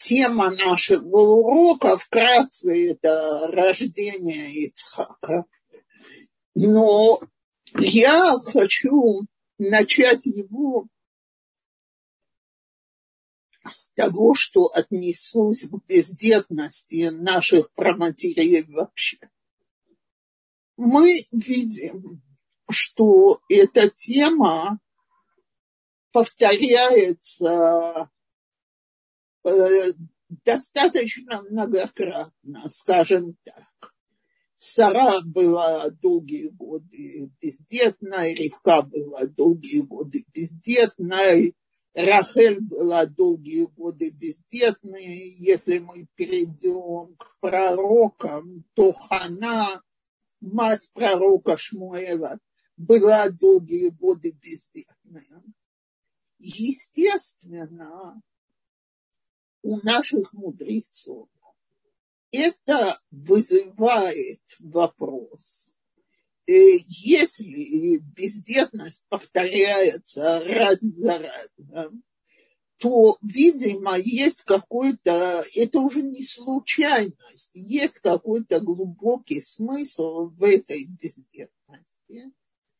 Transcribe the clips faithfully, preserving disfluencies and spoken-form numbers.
Тема нашего урока вкратце это рождение Ицхака. Но я хочу начать его с того, что отнесусь к бездетности наших праматерей вообще. Мы видим, что эта тема повторяется э, достаточно многократно, скажем так. Сара была долгие годы бездетной, Ривка была долгие годы бездетной, Рахель была долгие годы бездетной. Если мы перейдем к пророкам, то Хана, мать пророка Шмуэла, была долгие годы бездетной. Естественно, у наших мудрецов это вызывает вопрос. Если бездетность повторяется раз за разом, то, видимо, есть какой-то, это уже не случайность, есть какой-то глубокий смысл в этой бездетности.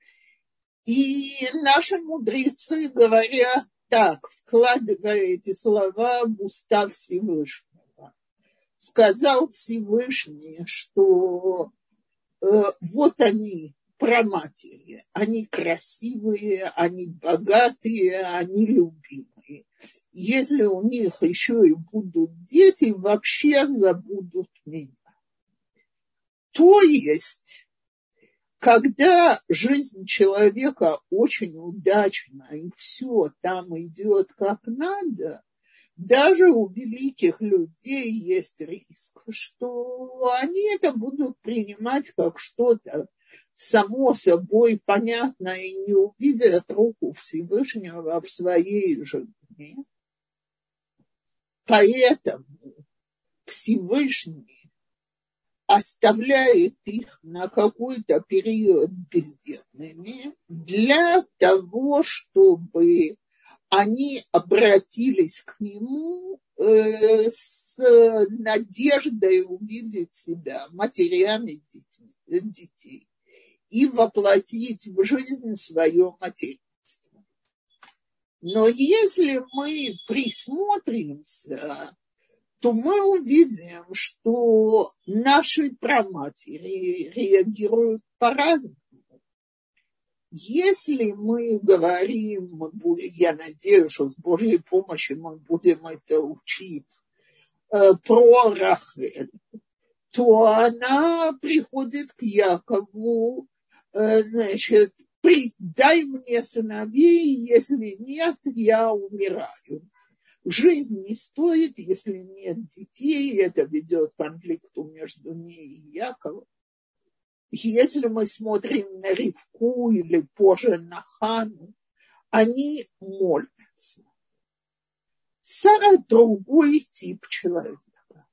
И наши мудрецы говорят так, вкладывая эти слова в уста Всевышнего. Сказал Всевышний, что э, вот они, праматери, они красивые, они богатые, они любимые. Если у них еще и будут дети, вообще забудут меня. То есть, когда жизнь человека очень удачна, и все там идет как надо, даже у великих людей есть риск, что они это будут принимать как что-то само собой понятное и не увидят руку Всевышнего в своей жизни. Поэтому Всевышний оставляет их на какой-то период бездетными для того, чтобы они обратились к нему э, с надеждой увидеть себя матерями детей и воплотить в жизнь свое материнство. Но если мы присмотримся, то мы увидим, что наши праматери реагируют по-разному. Если мы говорим, я надеюсь, что с Божьей помощью мы будем это учить, э, про Рахель, то она приходит к Якову, э, значит, дай мне сыновей, если нет, я умираю. Жизнь не стоит, если нет детей, это ведет к конфликту между ней и Яковом. Если мы смотрим на Ривку или позже на Хану, они молятся. Сара другой тип человека.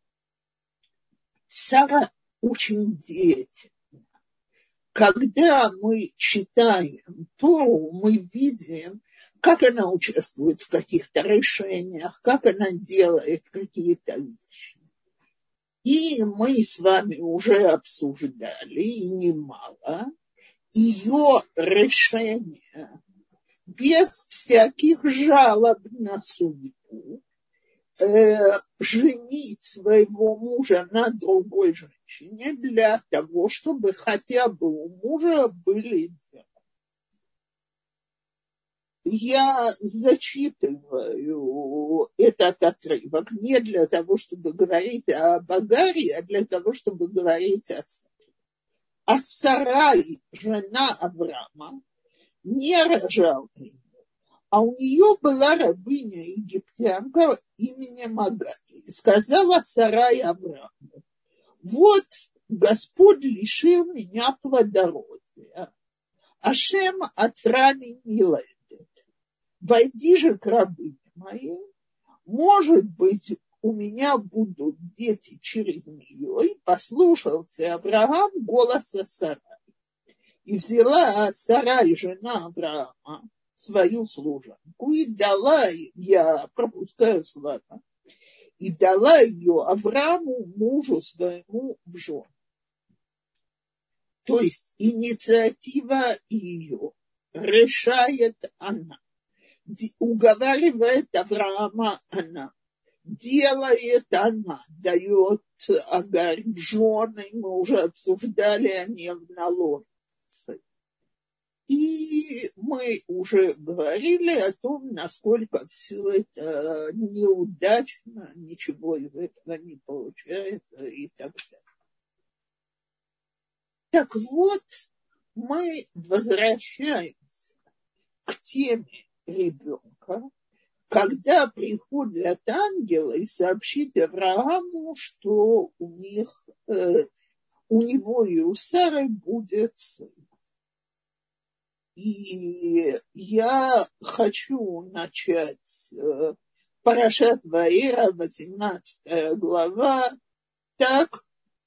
Сара очень деятельна. Когда мы читаем Тору, мы видим, как она участвует в каких-то решениях, как она делает какие-то вещи. И мы с вами уже обсуждали, и немало, ее решение без всяких жалоб на судьбу э, женить своего мужа на другой женщине для того, чтобы хотя бы у мужа были дети. Я зачитываю этот отрывок не для того, чтобы говорить о Агаре, а для того, чтобы говорить о Саре. А Сарай, жена Авраама, не рожала ему, а у нее была рабыня египтянка именем Агари. И сказала Сарай Аврааму: вот Господь лишил меня плодородия, Ашем ацрани милает. Войди же к рабыне моей, может быть, у меня будут дети через нее. И послушался Авраам голоса Сарай. И взяла Сарай, жена Авраама, свою служанку, и дала, я пропускаю слова, и дала ее Аврааму, мужу своему, в жены. То есть инициатива ее, решает она, уговаривает Авраама она, делает она, дает Агарь в жены, мы уже обсуждали, они в наложнице. И мы уже говорили о том, насколько все это неудачно, ничего из этого не получается и так далее. Так вот, мы возвращаемся к теме ребенка, когда приходят ангелы и сообщить Аврааму, что у них, э, у него и у Сары будет сын. И я хочу начать э, Парашат Ваэра, восемнадцатая глава, так,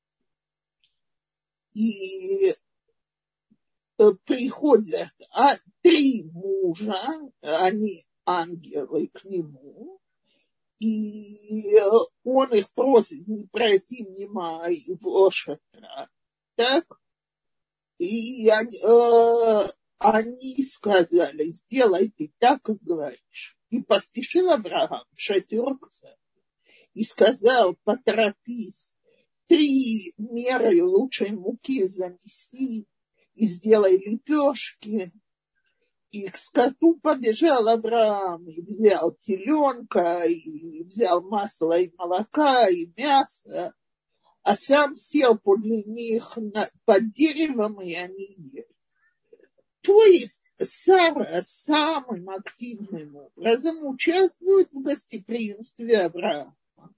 и э, приходят а, три мужа, они ангелы к нему, и он их просит не пройти мимо его шатра, так, и они, э, они сказали, сделай ты так, как говоришь. И поспешил Авраам в шатер к царю и сказал, поторопись, три меры лучшей муки замеси и сделай лепешки. И к скоту побежал Авраам, и взял теленка, и взял масло и молока, и мясо, а сам сел подле них на, под деревом, и они ели. То есть Сара самым активным образом участвует в гостеприимстве Авраама.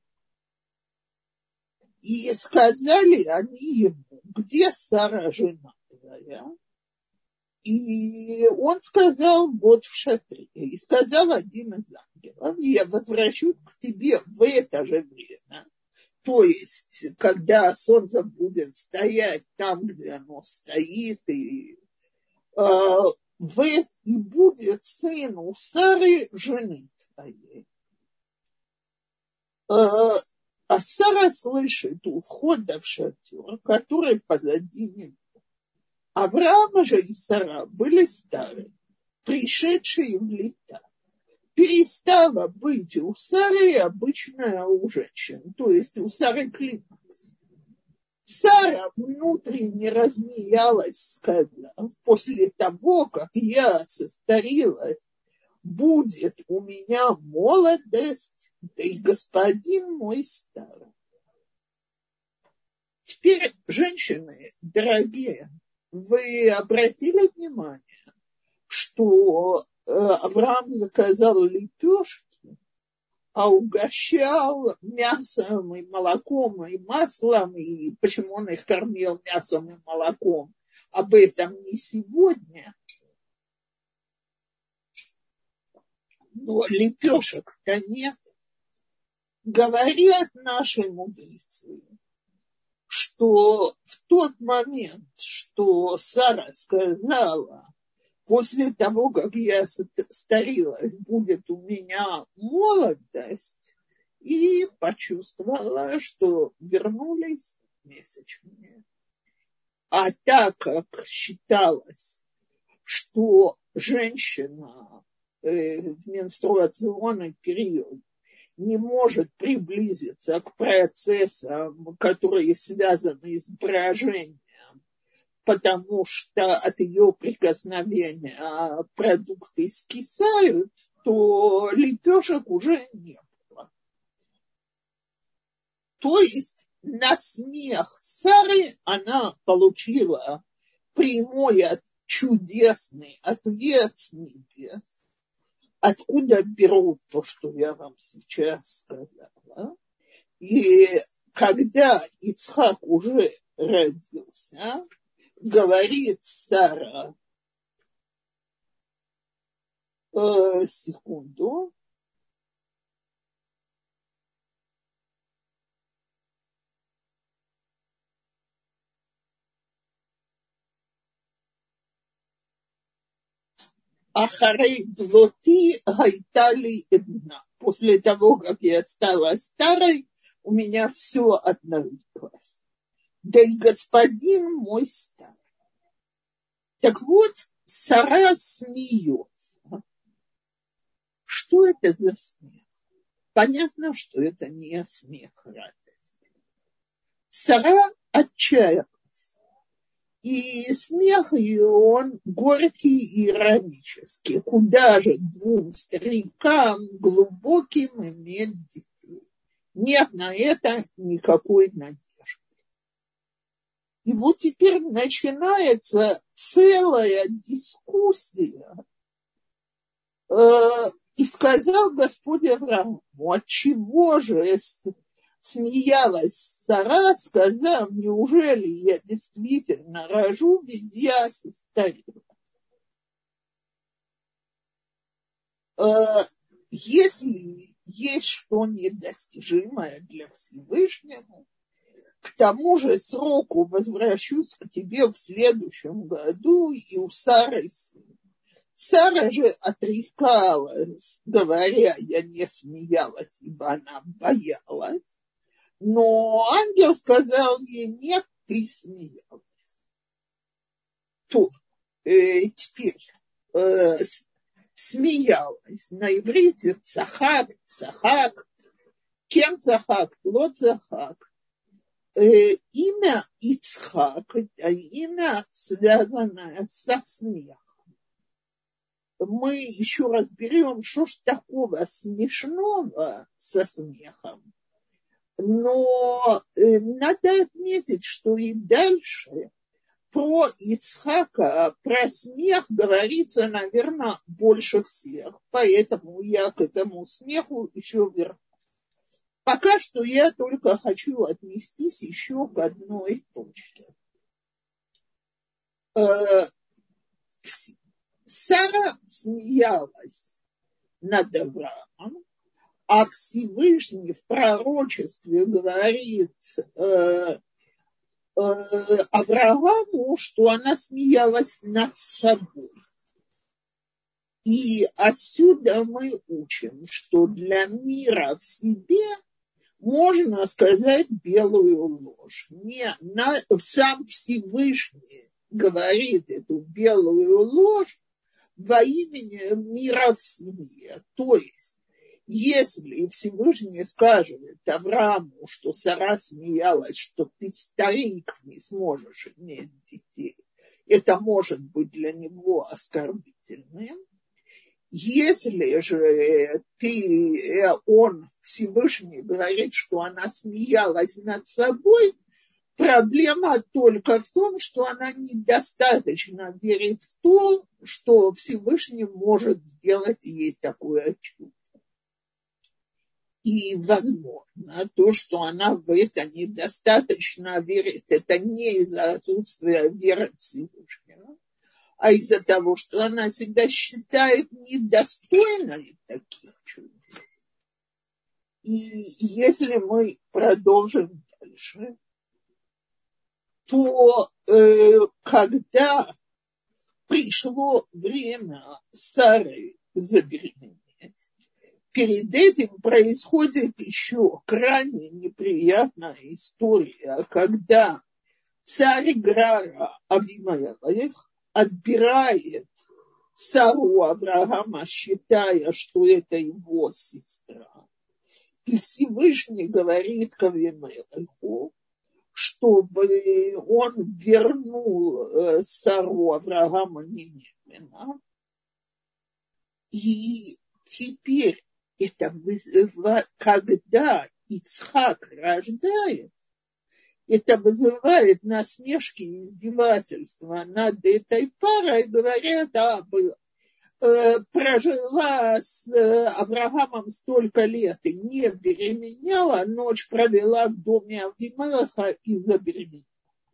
И сказали они ему, где Сара, жена твоя? И он сказал, вот в шатре. И сказал один из ангелов, я возвращусь к тебе в это же время. То есть, когда солнце будет стоять там, где оно стоит, и, э, в, и будет сын у Сары, жены твоей. Э, а Сара слышит у входа в шатер, который позади него. Авраам же и Сара были старые, пришедшие в лета. Перестала быть у Сары обычная у женщин, то есть у Сары климакс. Сара внутренне размеялась, сказав, после того, как я состарилась, будет у меня молодость, да и господин мой старый. Теперь, женщины, дорогие, вы обратили внимание, что Авраам заказал лепешки, а угощал мясом и молоком и маслом, и почему он их кормил мясом и молоком, об этом не сегодня. Но лепешек-то нет. Говорят наши мудрецы, что в тот момент, что Сара сказала, после того, как я старилась, будет у меня молодость, и почувствовала, что вернулись месячные. А так как считалось, что женщина э, в менструационный период не может приблизиться к процессам, которые связаны с брожением, потому что от ее прикосновения продукты скисают, то лепешек уже не было. То есть на смех Сары она получила прямой, чудесный ответ с небес. Откуда берут то, что я вам сейчас сказала. И когда Ицхак уже родился, говорит Сара, э, секунду, אחרי דלותי הייתה לי עדנה. после того, как я стала старой, у меня все обновилось. Да и господин мой старый. Так вот, Сара смеется. Что это за смех? Понятно, что это не смех радости. Сара отчаялась. И смех ее, он горький и иронический. Куда же двум старикам глубоким иметь детей? Нет на это никакой надежды. И вот теперь начинается целая дискуссия. И сказал Господь Аврааму, отчего же смеялась Сара, сказав, неужели я действительно рожу, ведь я состарилась. Если есть что недостижимое для Всевышнего, к тому же сроку возвращусь к тебе в следующем году, и у Сары сын. Сара же отрекалась, говоря, я не смеялась, ибо она боялась. Но ангел сказал ей, нет, ты смеялась. То, э, теперь э, смеялась. На иврите цахак, цахак, кен цахак, ло цахак. Э, имя Ицхак, это имя, связанное со смехом. Мы еще разберем, что ж такого смешного со смехом. Но э, надо отметить, что и дальше про Ицхака, про смех говорится, наверное, больше всех. Поэтому я к этому смеху еще вернусь. Пока что я только хочу отнестись еще к одной точке. Э, Сара смеялась над Авраамом, а Всевышний в пророчестве говорит э, э, Аврааму, что она смеялась над собой. И отсюда мы учим, что для мира в себе можно сказать белую ложь. Не, на, сам Всевышний говорит эту белую ложь во имя мира в семье. То есть, если Всевышний скажет Аврааму, что Сара смеялась, что ты старик, не сможешь иметь детей, это может быть для него оскорбительным. Если же ты, он, Всевышний, говорит, что она смеялась над собой, проблема только в том, что она недостаточно верит в то, что Всевышний может сделать ей такое чудо. И, возможно, то, что она в это недостаточно верит, это не из-за отсутствия веры в Всевышнего, а из-за того, что она себя считает недостойной таких чудес. И если мы продолжим дальше, то э, когда пришло время Сары забеременеть, перед этим происходит еще крайне неприятная история, когда царь Грара Авимелех отбирает Сару Авраама, считая, что это его сестра. И Всевышний говорит к Авимелеху, чтобы он вернул Сару Авраама немедленно. И теперь это вызывает, когда Ицхак рождает, это вызывает насмешки и издевательства над этой парой, говорят, а, э, прожила с э, Авраамом столько лет и не беременела, ночь провела в доме Авимелеха и забеременела.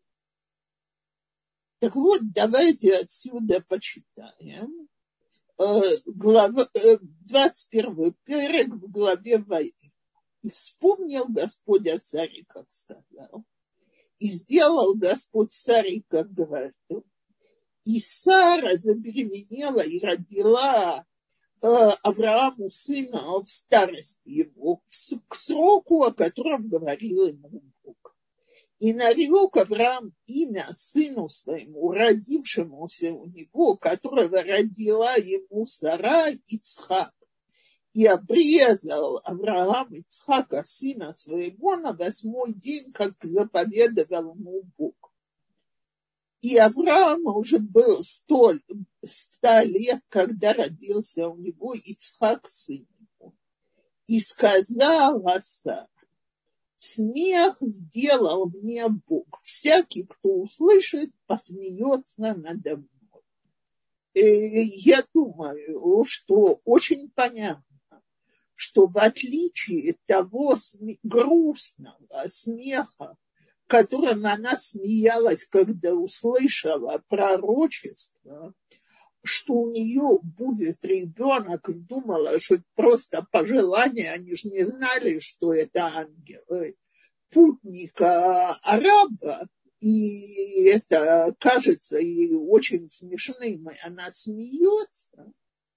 Так вот, давайте отсюда почитаем э, глава, э, двадцать первый перек в главе Ваи. И вспомнил Господь о царе, как сказал. И сделал Господь Саре, как говорил. И Сара забеременела и родила Аврааму сына в старости его, к сроку, о котором говорил ему Бог. И нарек Авраам имя сыну своему, родившемуся у него, которого родила ему Сара, Ицхак. И обрезал Авраам Ицхака, сына своего, на восьмой день, как заповедовал ему Бог. И Авраам уже был сто, ста лет, когда родился у него Ицхак, сын его. И сказала Сара: смех сделал мне Бог. Всякий, кто услышит, посмеется надо мной. И я думаю, что очень понятно, что в отличие того сме- грустного смеха, которым она смеялась, когда услышала пророчество, что у нее будет ребенок, и думала, что это просто пожелание, они же не знали, что это ангел, путника араба, и это кажется ей очень смешным, и она смеется.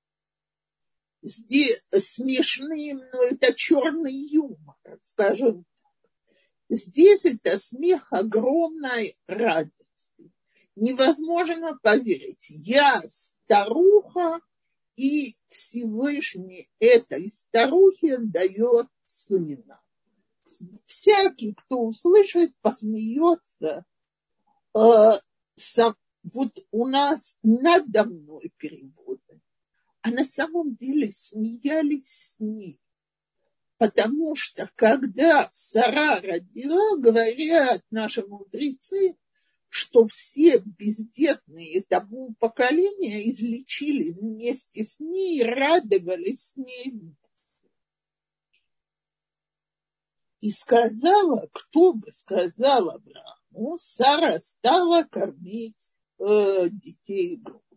Здесь смешным, но это черный юмор, скажем. Здесь это смех огромной радости. Невозможно поверить. Я старуха, и Всевышний этой старухе дает сына. Всякий, кто услышит, посмеется. Э, сам, вот у нас надо мной переводы, а на самом деле смеялись с ней. Потому что, когда Сара родила, говорят наши мудрецы, что все бездетные того поколения излечились вместе с ней и радовались с ней. И сказала, кто бы сказал Аврааму, Сара стала кормить э, детей грудью.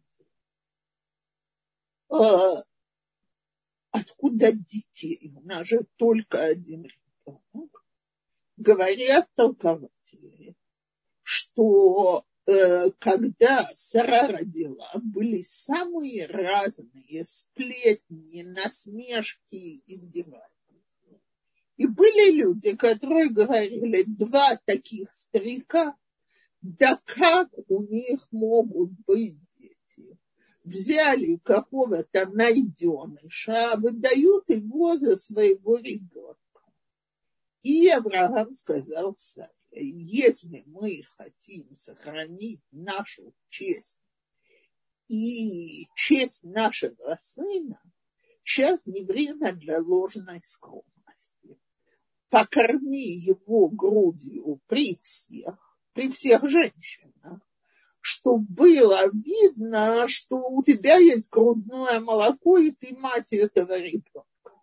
Э, Откуда детей? У нас же только один ребенок. Говорят толкователи, что э, когда Сара родила, были самые разные сплетни, насмешки, издевательства. И были люди, которые говорили: два таких старика, да как у них могут быть дети? Взяли какого-то найденыша, выдают его за своего ребенка. И Авраам сказал Саре: если мы хотим сохранить нашу честь и честь нашего сына, сейчас не время для ложной скромности. Покорми его грудью при всех, при всех женщинах, чтобы было видно, что у тебя есть грудное молоко, и ты мать этого ребенка.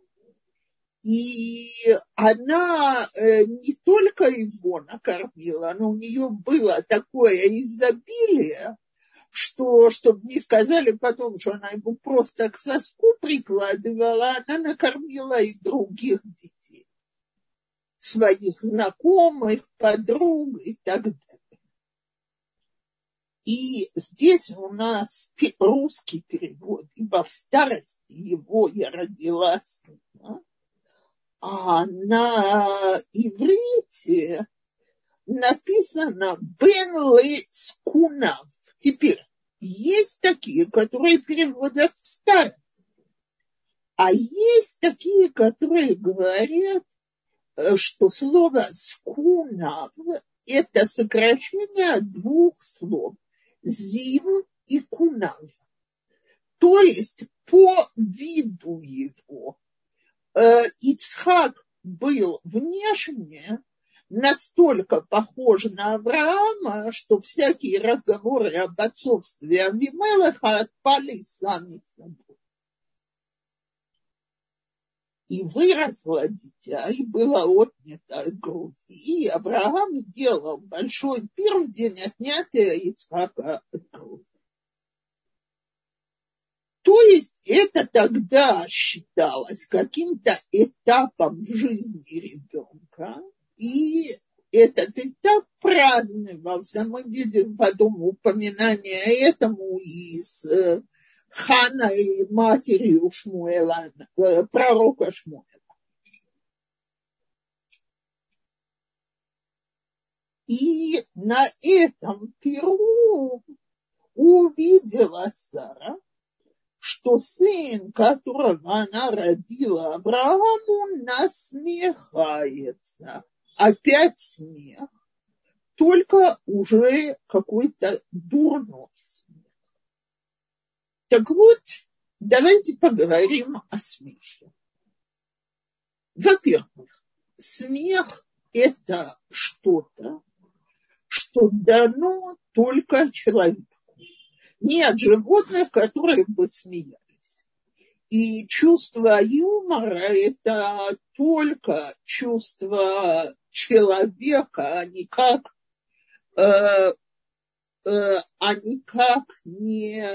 И она э, не только его накормила, но у нее было такое изобилие, что, чтобы не сказали потом, что она его просто к соску прикладывала, она накормила и других детей, своих знакомых, подруг и так далее. И здесь у нас русский перевод, ибо в старости его я родила сына. А на иврите написано «бен лецкунав». Теперь есть такие, которые переводят в старость, а есть такие, которые говорят, что слово «скунав» – это сокращение двух слов «зив» и «кунав». То есть по виду его Ицхак был внешне настолько похож на Авраама, что всякие разговоры об отцовстве Авимелеха отпали сами собой. И выросло дитя, и было отнято от груди. И Авраам сделал большой пир в день отнятия Ицхака от груди. То есть это тогда считалось каким-то этапом в жизни ребенка, и этот этап праздновался. Мы видим потом упоминание этому из Ханой, матерью Шмуэла, пророка Шмуэла. И на этом перу увидела Сара, что сын, которого она родила Аврааму, насмехается. Опять смех, только уже какой-то дурной смех. Так вот, давайте поговорим о смехе. Во-первых, смех – это что-то, что дано только человеку. Нет животных, которые бы смеялись. И чувство юмора – это только чувство человека, а никак, э, э, а никак не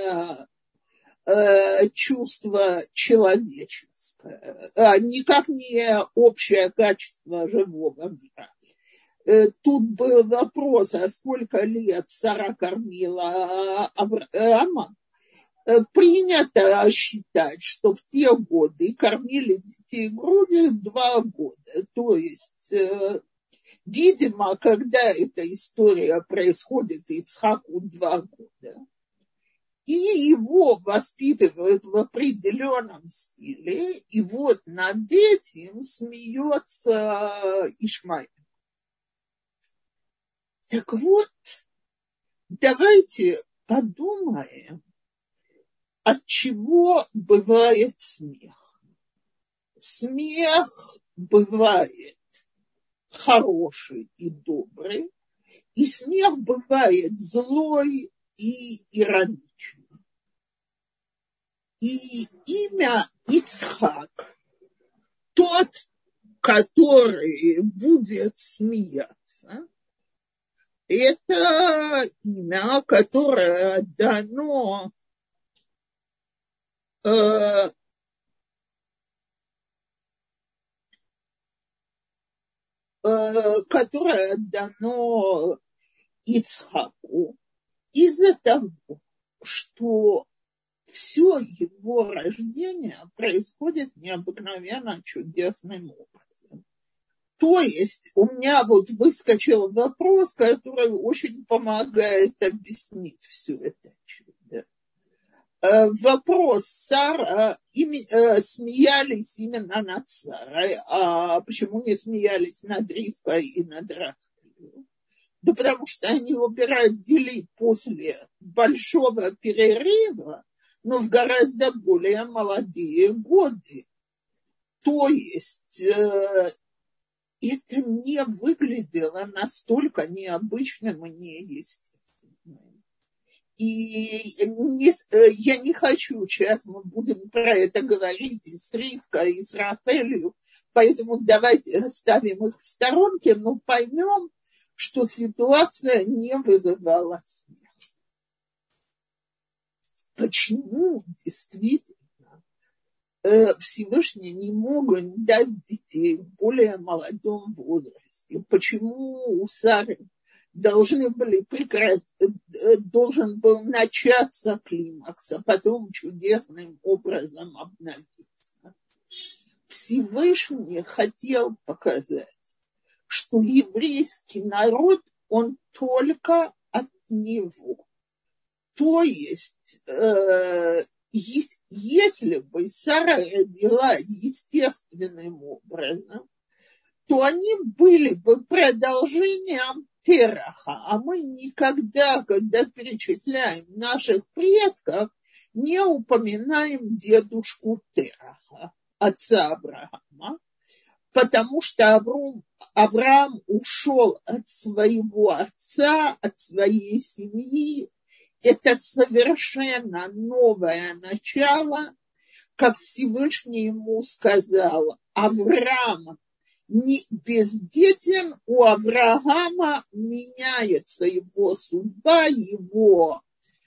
э, чувство человеческое, а никак не общее качество живого мира. Тут был вопрос, а сколько лет Сара кормила Авраама. Принято считать, что в те годы кормили детей грудью два года. То есть, видимо, когда эта история происходит, Ицхаку два года, и его воспитывают в определенном стиле, и вот над этим смеется Ишмаэль. Так вот, давайте подумаем, от чего бывает смех. Смех бывает хороший и добрый, и смех бывает злой и ироничный. И имя Ицхак, тот, который будет смеяться, это имя, которое дано э, э, которое дано Ицхаку из-за того, что все его рождение происходит необыкновенно чудесным образом. То есть у меня вот выскочил вопрос, который очень помогает объяснить все это чудо. Вопрос: Сара, ими, э, смеялись именно над Сарой, а почему не смеялись над Ривкой и над Рахелью? Да потому что они убирают делить после большого перерыва, но в гораздо более молодые годы. То есть э, это не выглядело настолько необычным и неестественным. И не, я не хочу, сейчас мы будем про это говорить и с Ривкой, и с Рахелью, поэтому давайте оставим их в сторонке, но поймем, что ситуация не вызывала смеха. Почему действительно Всевышний не мог дать детей в более молодом возрасте? Почему у Сары должны были прекратить, должен был начаться климакс, а потом чудесным образом обновиться? Всевышний хотел показать, что еврейский народ, он только от него. То есть, э, если бы Сара родила естественным образом, то они были бы продолжением Тераха. А мы никогда, когда перечисляем наших предков, не упоминаем дедушку Тераха, отца Авраама, потому что Авраам, Авраам ушел от своего отца, от своей семьи. Это совершенно новое начало, как Всевышний ему сказал: Авраам не бездетен, у Авраама меняется его судьба, его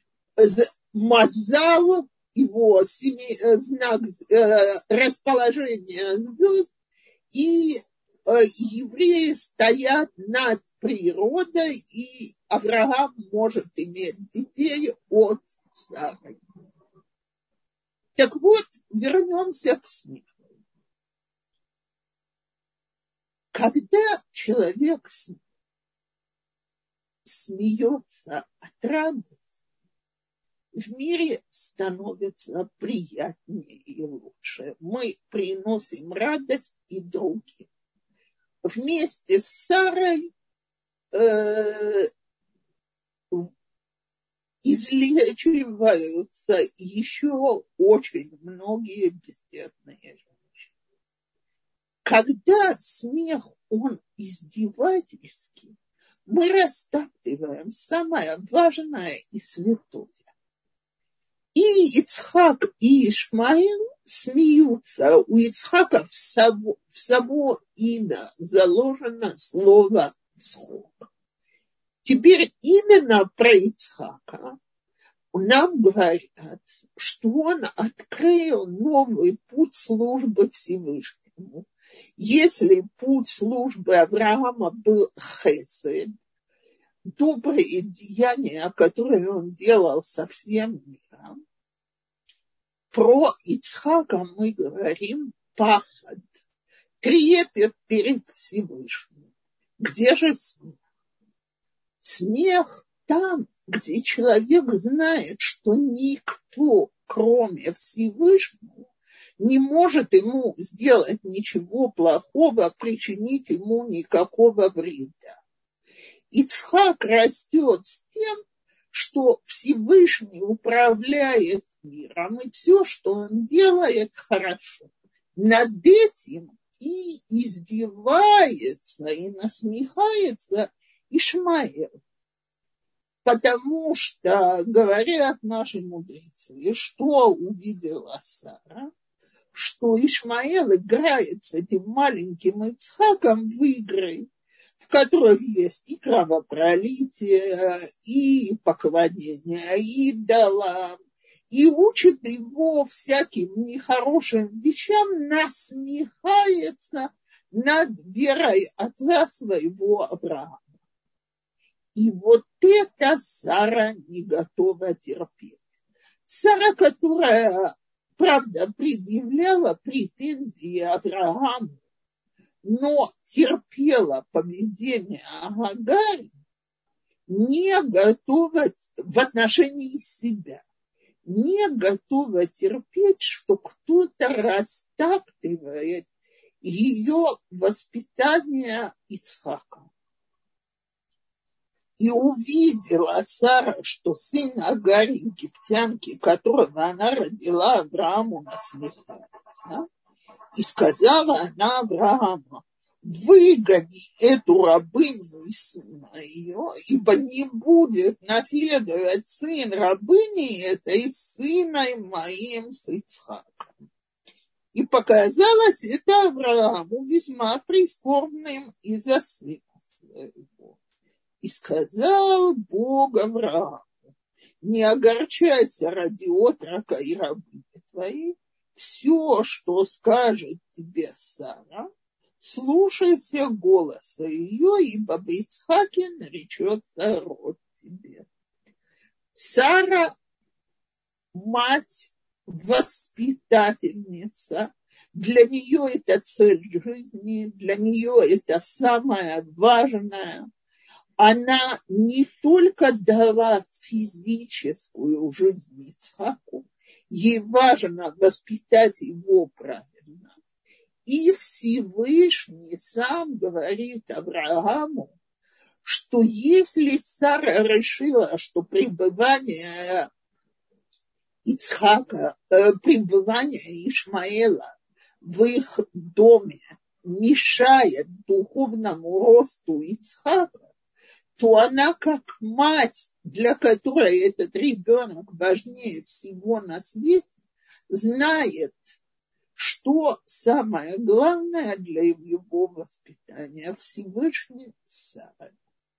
мазал, его семи, знак расположения звезд, и евреи стоят над природой, и Авраам может иметь детей от Сары. Так вот, вернемся к смеху. Когда человек смеется от радости, в мире становится приятнее и лучше. Мы приносим радость и другим. Вместе с Сарой э, излечиваются еще очень многие бездетные женщины. Когда смех, он издевательский, мы растаптываем самое важное и святое. И Ицхак, и Ишмаил смеются. У Ицхака в само, в само имя заложено слово «цхок». Теперь именно про Ицхака нам говорят, что он открыл новый путь службы Всевышнему. Если путь службы Авраама был хесед, добрые деяния, которые он делал со всем миром, про Ицхака мы говорим пахад, трепет перед Всевышним. Где же смех? Смех там, где человек знает, что никто, кроме Всевышнего, не может ему сделать ничего плохого, причинить ему никакого вреда. Ицхак растет с тем, что Всевышний управляет миром, и все, что он делает, хорошо. Над этим и издевается, и насмехается Ишмаэл. Потому что, говорят наши мудрецы, что увидела Сара, что Ишмаэл играет с этим маленьким Ицхаком в игры, в которых есть и кровопролитие, и поклонение идолам, и учит его всяким нехорошим вещам, насмехается над верой отца своего Авраама. И вот это Сара не готова терпеть. Сара, которая, правда, предъявляла претензии Аврааму, но терпела поведение Агари, не готова в отношении себя, не готова терпеть, что кто-то растаптывает ее воспитание Ицхака. И увидела Сара, что сын Агари, египтянки, которого она родила Аврааму, насмехается. И сказала она Аврааму: выгони эту рабыню из сына ее, ибо не будет наследовать сын рабыни этой с сыном моим, с Ицхаком. И показалось это Аврааму весьма прискорбным из-за сына своего. И сказал Бог Аврааму: не огорчайся ради отрока и рабыни твоей, все, что скажет тебе Сара, слушайся голоса ее, ибо в Ицхаке наречется род тебе. Сара – мать, воспитательница. Для нее это цель жизни, для нее это самое важное. Она не только дала физическую жизнь Ицхаку, ей важно воспитать его правильно. И Всевышний сам говорит Аврааму, что если Сара решила, что пребывание Ицхака, э, пребывание Ишмаэла в их доме мешает духовному росту Ицхака, то она как мать, для которой этот ребенок важнее всего на свете, знает, что самое главное для его воспитания. Всевышний Сара.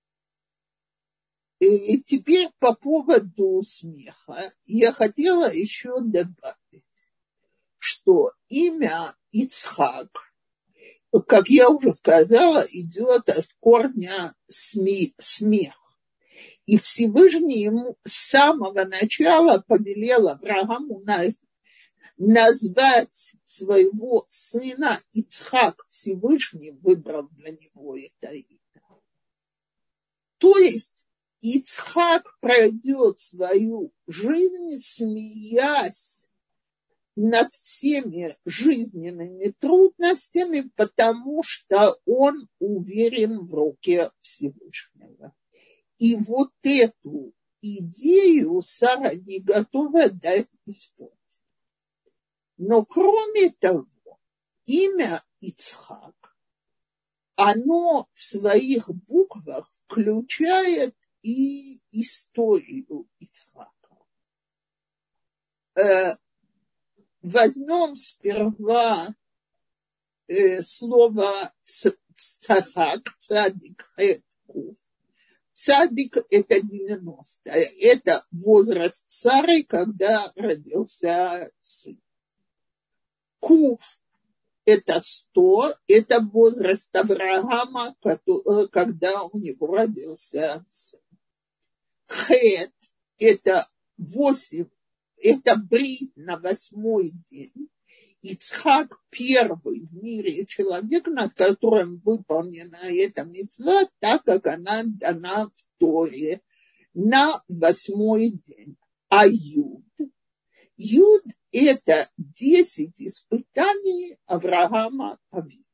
И теперь по поводу смеха я хотела еще добавить, что имя Ицхак, как я уже сказала, идет от корня сми, смех. И Всевышний ему с самого начала повелел Аврааму назвать своего сына Ицхак, Всевышний выбрал для него это имя. То есть Ицхак пройдет свою жизнь, смеясь над всеми жизненными трудностями, потому что он уверен в руке Всевышнего. И вот эту идею Сара не готова дать исполнить. Но кроме того, имя Ицхак, оно в своих буквах включает и историю Ицхака. Возьмем сперва э, слово цадик, цадик, хет, кув. Цадик – это девяносто. Это возраст Сары, когда родился сын. Кув – это сто. Это возраст Авраама, когда у него родился сын. Хет – это восемь. Это брит на восьмой день. Ицхак первый в мире человек, над которым выполнена эта мицва, так как она дана в Торе на восьмой день. А Юд? Юд – это десять испытаний Авраама Авину,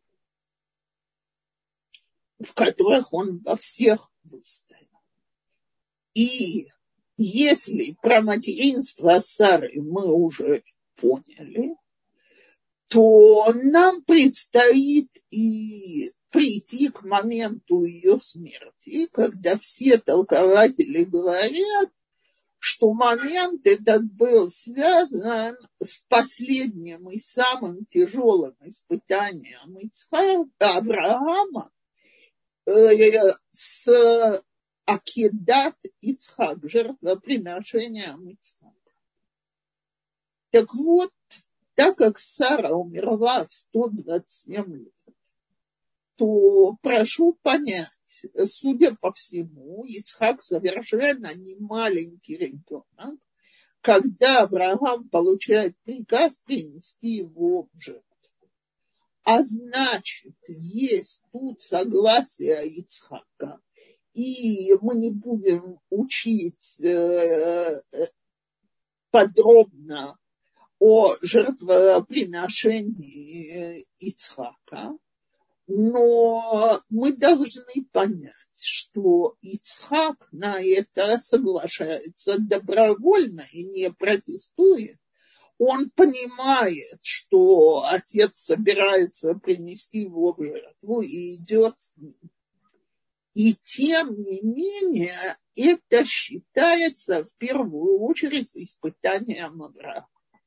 в которых он во всех выстоял. И если про материнство Сары мы уже поняли, то нам предстоит и прийти к моменту ее смерти, когда все толкователи говорят, что момент этот был связан с последним и самым тяжелым испытанием Ицхака, Авраама, э, с Акедат Ицхак, жертвоприношением Ицхака. Так вот, так как Сара умерла в сто двадцать семь лет, то прошу понять, судя по всему, Ицхак совершенно не маленький ребенок, когда Авраам получает приказ принести его в жертву. А значит, есть тут согласие Ицхака. И мы не будем учить э, подробно о жертвоприношении Ицхака, но мы должны понять, что Ицхак на это соглашается добровольно и не протестует. Он понимает, что отец собирается принести его в жертву и идет с ним. И тем не менее, это считается в первую очередь испытанием Авраама.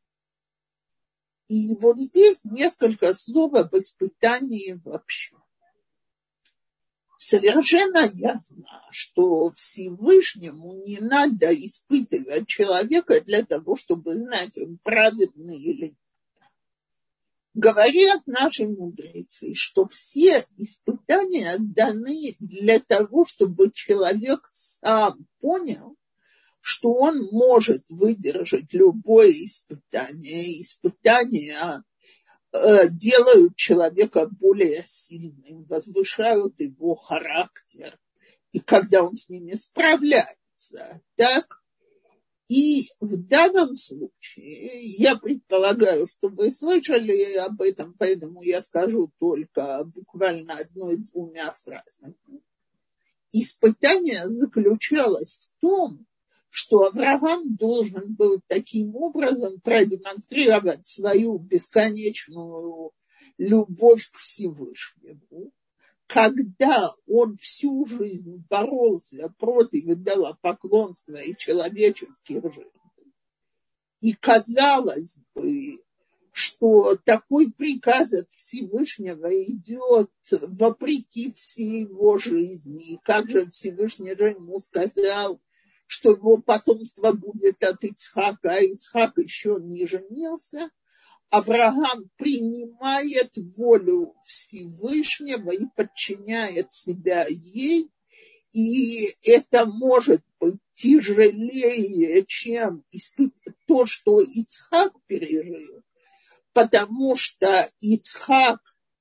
И вот здесь несколько слов об испытании вообще. Совершенно ясно, что Всевышнему не надо испытывать человека для того, чтобы знать, он праведный или нет. Говорят наши мудрецы, что все испытания даны для того, чтобы человек сам понял, что он может выдержать любое испытание. Испытания э, делают человека более сильным, возвышают его характер. И когда он с ними справляется, так. И в данном случае, я предполагаю, что вы слышали об этом, поэтому я скажу только буквально одной-двумя фразами. Испытание заключалось в том, что Авраам должен был таким образом продемонстрировать свою бесконечную любовь к Всевышнему, когда он всю жизнь боролся против идолопоклонства и человеческих жертв. И казалось бы, что такой приказ от Всевышнего идет вопреки всей его жизни. И как же Всевышний же ему сказал, что его потомство будет от Ицхака, а Ицхак еще не женился. Авраам принимает волю Всевышнего и подчиняет себя ей, и это может быть тяжелее, чем то, что Ицхак пережил, потому что Ицхак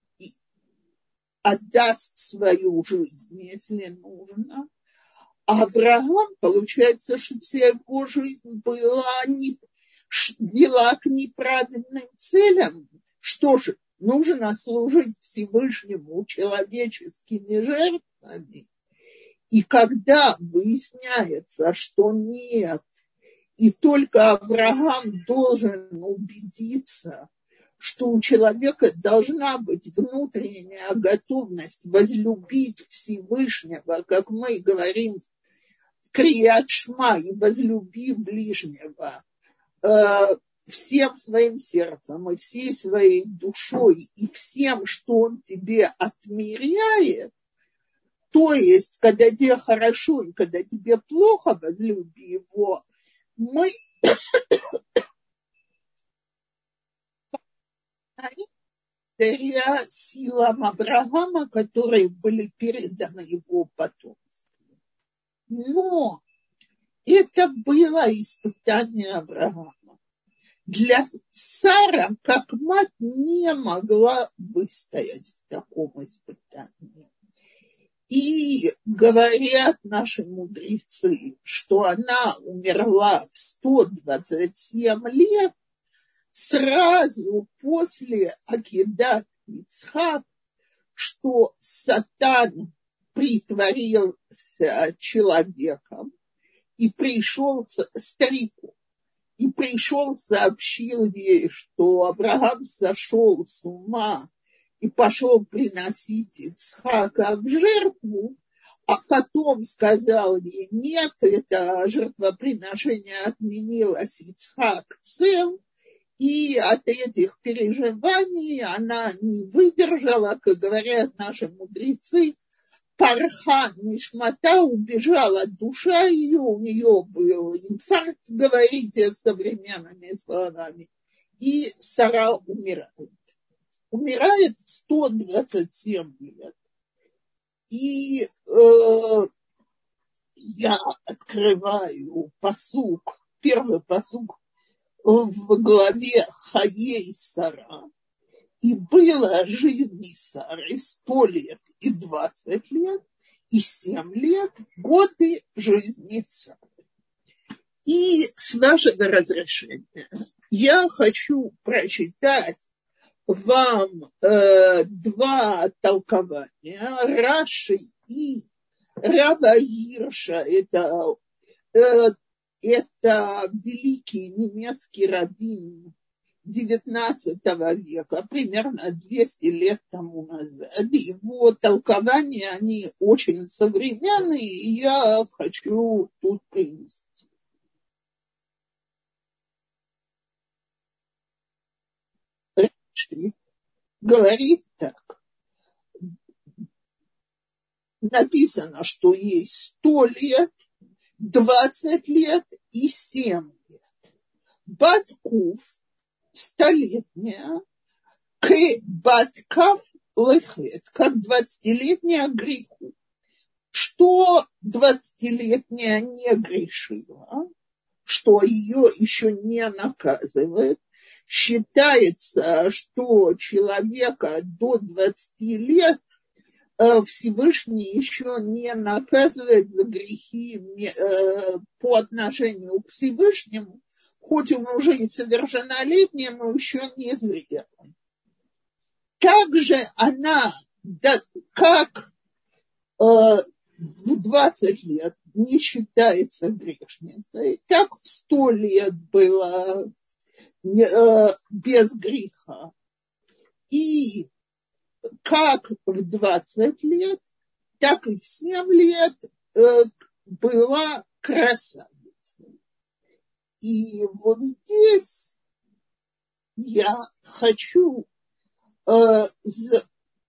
отдаст свою жизнь, если нужно. А Авраам, получается, что вся его жизнь была не, вела к неправильным целям. Что же, нужно служить Всевышнему человеческими жертвами. И когда выясняется, что нет, и только Авраам должен убедиться, что у человека должна быть внутренняя готовность возлюбить Всевышнего, как мы говорим в Крият Шма, и возлюби ближнего э, всем своим сердцем и всей своей душой и всем, что он тебе отмеряет. То есть, когда тебе хорошо и когда тебе плохо, возлюби его. Мы благодаря силам Авраама, которые были переданы его потомству. Но это было испытание Авраама. Для Сара, как мать, не могла выстоять в таком испытании. И говорят наши мудрецы, что она умерла в сто двадцать семь лет, сразу после Акидат Ицхак, что Сатан притворился человеком и пришел старику, и пришел, сообщил ей, что Авраам сошел с ума и пошел приносить Ицхака в жертву, а потом сказал ей: нет, это жертвоприношение отменилось, Ицхак цел. И от этих переживаний она не выдержала, как говорят наши мудрецы, парха нишмата, убежала душа ее, у нее был инфаркт, говорите современными словами, и Сара умирает. Умирает в сто двадцать семь лет. И э, я открываю пасук, первый пасук в главе Хаей Сара, и было жизни Сары сто лет и двадцать лет, и семь лет годы жизни Сары. И с вашего разрешения я хочу прочитать вам э, два толкования Раши и Рава Гирша. Это э, Это великий немецкий раввин девятнадцатого века, примерно двести лет тому назад. Его толкования, они очень современные, и я хочу тут привести. Раши говорит так. Написано, что есть сто лет, двадцать лет и семь лет. Баткув столетняя, к баткав лехет, как двадцатилетняя греху. Что двадцатилетняя не грешила, что ее еще не наказывает. Считается, что человека до двадцати лет Всевышний еще не наказывает за грехи по отношению к Всевышнему, хоть он уже и совершеннолетний, но еще не зрелый. Также она, да, как э, в двадцать лет не считается грешницей, так в сто лет была э, без греха. И как в двадцать лет, так и в семь лет э, была красавицей. И вот здесь я хочу э, з,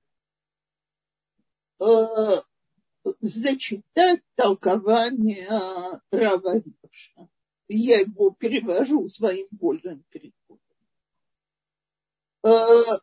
э, зачитать толкование Рава Гирша. Я его перевожу своим вольным переводом. Э,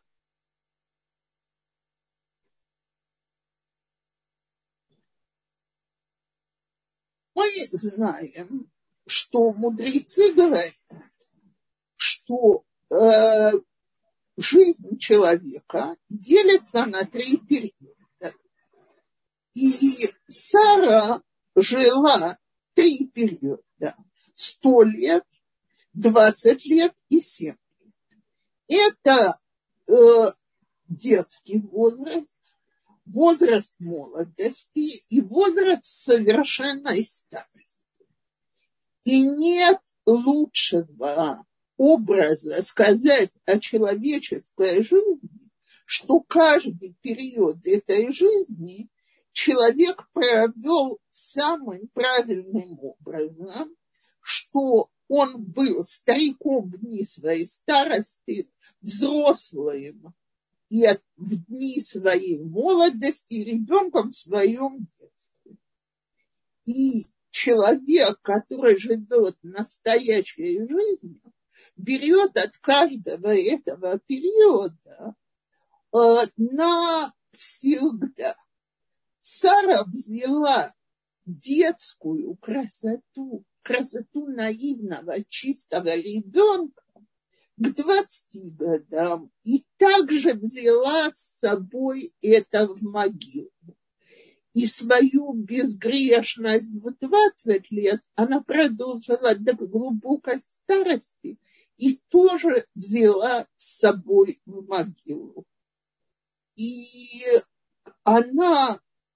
мы знаем, что мудрецы говорят, что э, жизнь человека делится на три периода. И Сара жила три периода. Сто лет, двадцать лет и семь лет. Это э, детский возраст, возраст молодости и возраст совершенной старости. И нет лучшего образа сказать о человеческой жизни, что каждый период этой жизни человек провел самым правильным образом, что он был стариком в дни своей старости, взрослым и в дни своей молодости, и ребенком в своем детстве. И человек, который живет настоящей жизнью, берет от каждого этого периода э, навсегда. Сара взяла детскую красоту, красоту наивного, чистого ребенка к двадцати годам и также взяла с собой это в могилу. И свою безгрешность в двадцать лет она продолжила до глубокой старости и тоже взяла с собой в могилу. И она,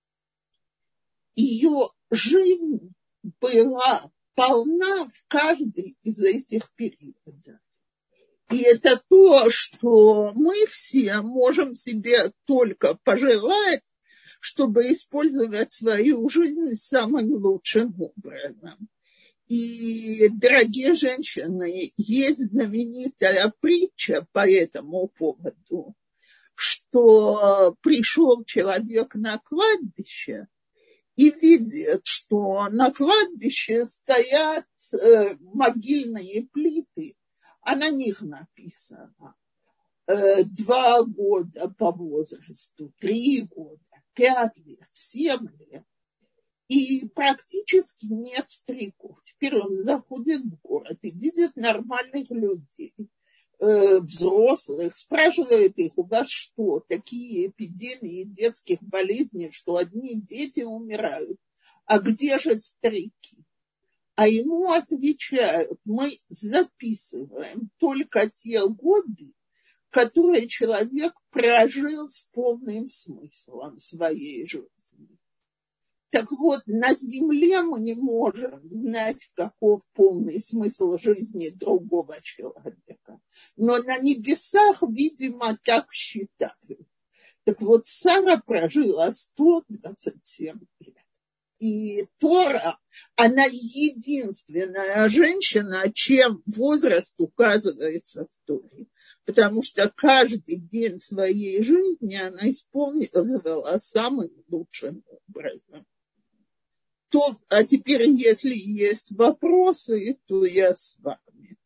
ее жизнь была полна в каждый из этих периодов. И это то, что мы все можем себе только пожелать, чтобы использовать свою жизнь самым лучшим образом. И, дорогие женщины, есть знаменитая притча по этому поводу, что пришел человек на кладбище и видит, что на кладбище стоят э, могильные плиты, а на них написано э, два года по возрасту, три года, пять лет, семь лет. И практически нет стариков. Теперь он заходит в город и видит нормальных людей, э, взрослых, спрашивает их: у вас что, такие эпидемии детских болезней, что одни дети умирают, а где же старики? А ему отвечают: мы записываем только те годы, которые человек прожил с полным смыслом своей жизни. Так вот, на земле мы не можем знать, каков полный смысл жизни другого человека. Но на небесах, видимо, так считают. Так вот, Сара прожила сто двадцать семь лет. И Тора, она единственная женщина, чем возраст указывается в Торе. Потому что каждый день своей жизни она использовала самым лучшим образом. То, а теперь, если есть вопросы, то я с вами.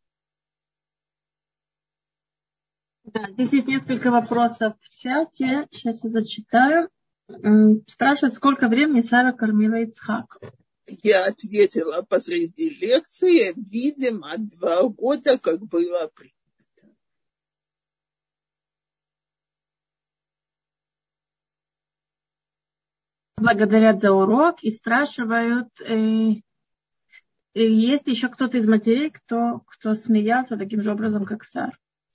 Да, здесь есть несколько вопросов в чате. Сейчас я зачитаю. Спрашивают, сколько времени Сара кормила Ицхака. Я ответила посреди лекции, видимо, два года, как было принято. Благодарят за урок и спрашивают, э, есть еще кто-то из матерей, кто, кто смеялся таким же образом, как Сара?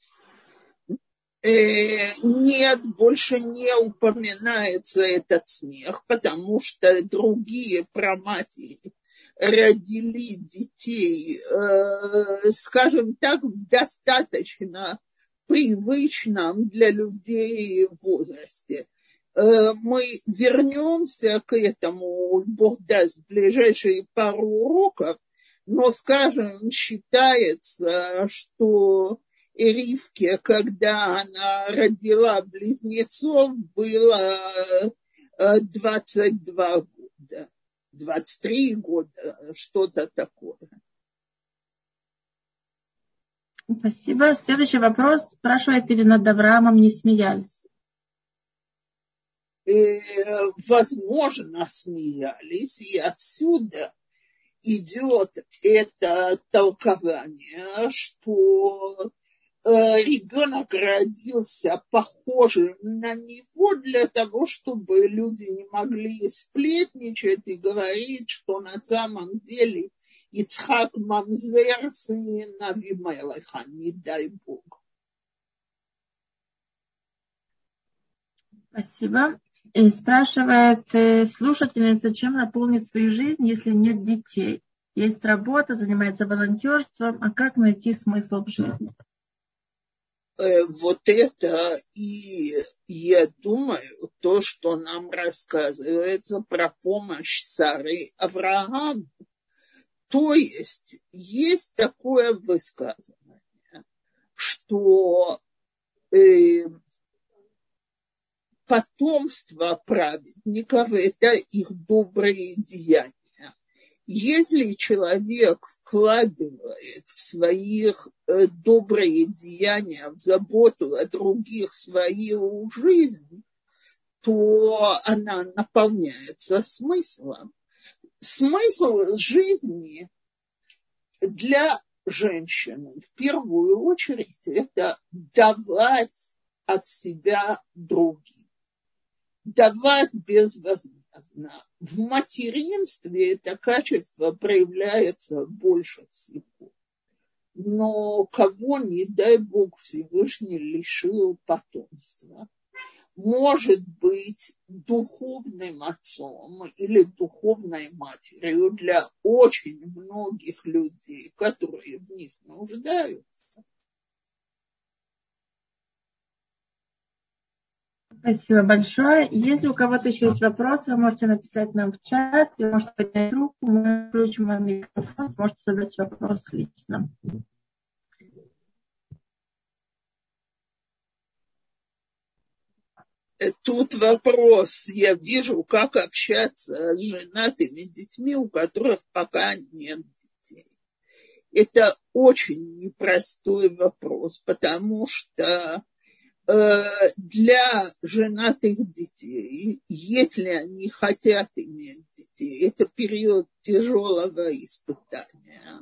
Э, нет, больше не упоминается этот смех, потому что другие праматери родили детей, э, скажем так, в достаточно привычном для людей возрасте. Мы вернемся к этому, Бог даст, в ближайшие пару уроков, но, скажем, считается, что Ривке, когда она родила близнецов, было двадцать два года, двадцать три года, что-то такое. Спасибо. Следующий вопрос. Спрашивает, или над Авраамом не смеялись? Возможно, смеялись, и отсюда идет это толкование, что ребенок родился похожим на него для того, чтобы люди не могли сплетничать и говорить, что на самом деле Ицхак мамзер сын Авимелеха, не дай Бог. Спасибо. И спрашивает слушательница, чем наполнить свою жизнь, если нет детей? Есть работа, занимается волонтерством, а как найти смысл в жизни? Вот это и, я думаю, то, что нам рассказывается про помощь Сары Аврааму. То есть, есть такое высказывание, что э, потомство праведников – это их добрые деяния. Если человек вкладывает в своих э, добрые деяния, в заботу о других свою жизнь, то она наполняется смыслом. Смысл жизни для женщины в первую очередь это давать от себя другим, давать безвозмездно. В материнстве это качество проявляется больше всего. Но кого, не дай Бог, Всевышний лишил потомства, может быть духовным отцом или духовной матерью для очень многих людей, которые в них нуждаются. Спасибо большое. Если у кого-то еще есть вопросы, вы можете написать нам в чат, вы можете поднять руку, мы включим вам микрофон, сможете задать вопрос лично. Тут вопрос. Я вижу, как общаться с женатыми детьми, у которых пока нет детей. Это очень непростой вопрос, потому что э, для женатых детей, если они хотят иметь детей, это период тяжелого испытания.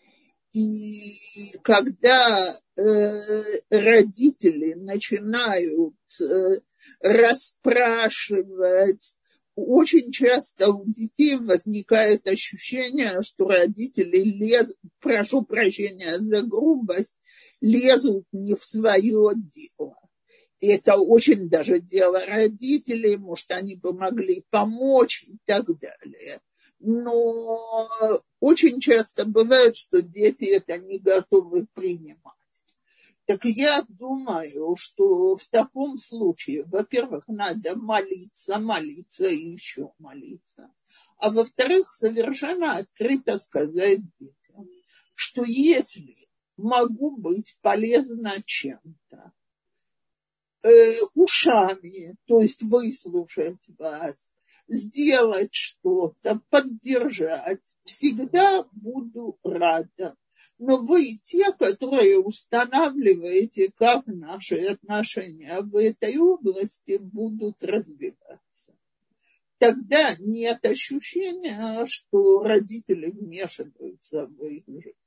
И когда э, родители начинают э, расспрашивать, очень часто у детей возникает ощущение, что родители лезут, прошу прощения за грубость, лезут не в свое дело. И это очень даже дело родителей, может, они бы могли помочь и так далее. Но очень часто бывает, что дети это не готовы принимать. Так я думаю, что в таком случае, во-первых, надо молиться, молиться и еще молиться. А во-вторых, совершенно открыто сказать детям, что если могу быть полезна чем-то, э, ушами, то есть выслушать вас, сделать что-то, поддержать, всегда буду рада. Но вы те, которые устанавливаете, как наши отношения в этой области будут развиваться. Тогда нет ощущения, что родители вмешиваются в их жизнь.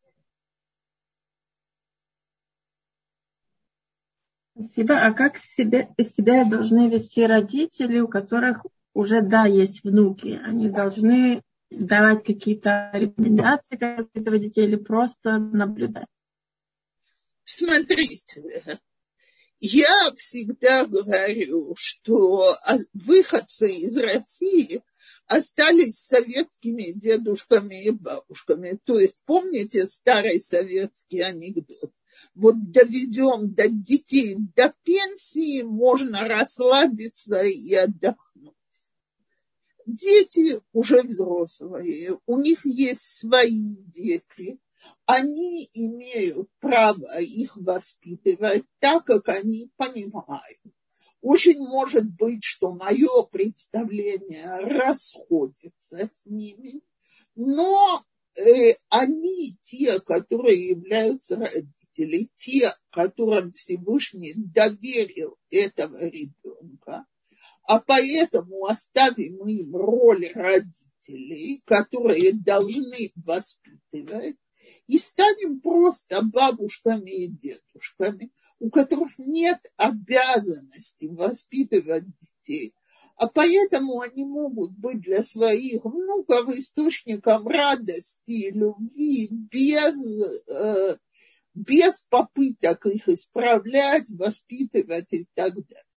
Спасибо. А как себя, себя должны вести родители, у которых уже, да, есть внуки? Они должны давать какие-то рекомендации, как воспитывать детей, или просто наблюдать? Смотрите, я всегда говорю, что выходцы из России остались советскими дедушками и бабушками. То есть, помните старый советский анекдот? Вот доведем до детей до пенсии, можно расслабиться и отдохнуть. Дети уже взрослые, у них есть свои дети, они имеют право их воспитывать так, как они понимают. Очень может быть, что мое представление расходится с ними, но э, они те, которые являются родителями, те, которым Всевышний доверил этого ребенка, а поэтому оставим им роль родителей, которые должны воспитывать, и станем просто бабушками и дедушками, у которых нет обязанности воспитывать детей, а поэтому они могут быть для своих внуков источником радости и любви без, э, без попыток их исправлять, воспитывать и так далее.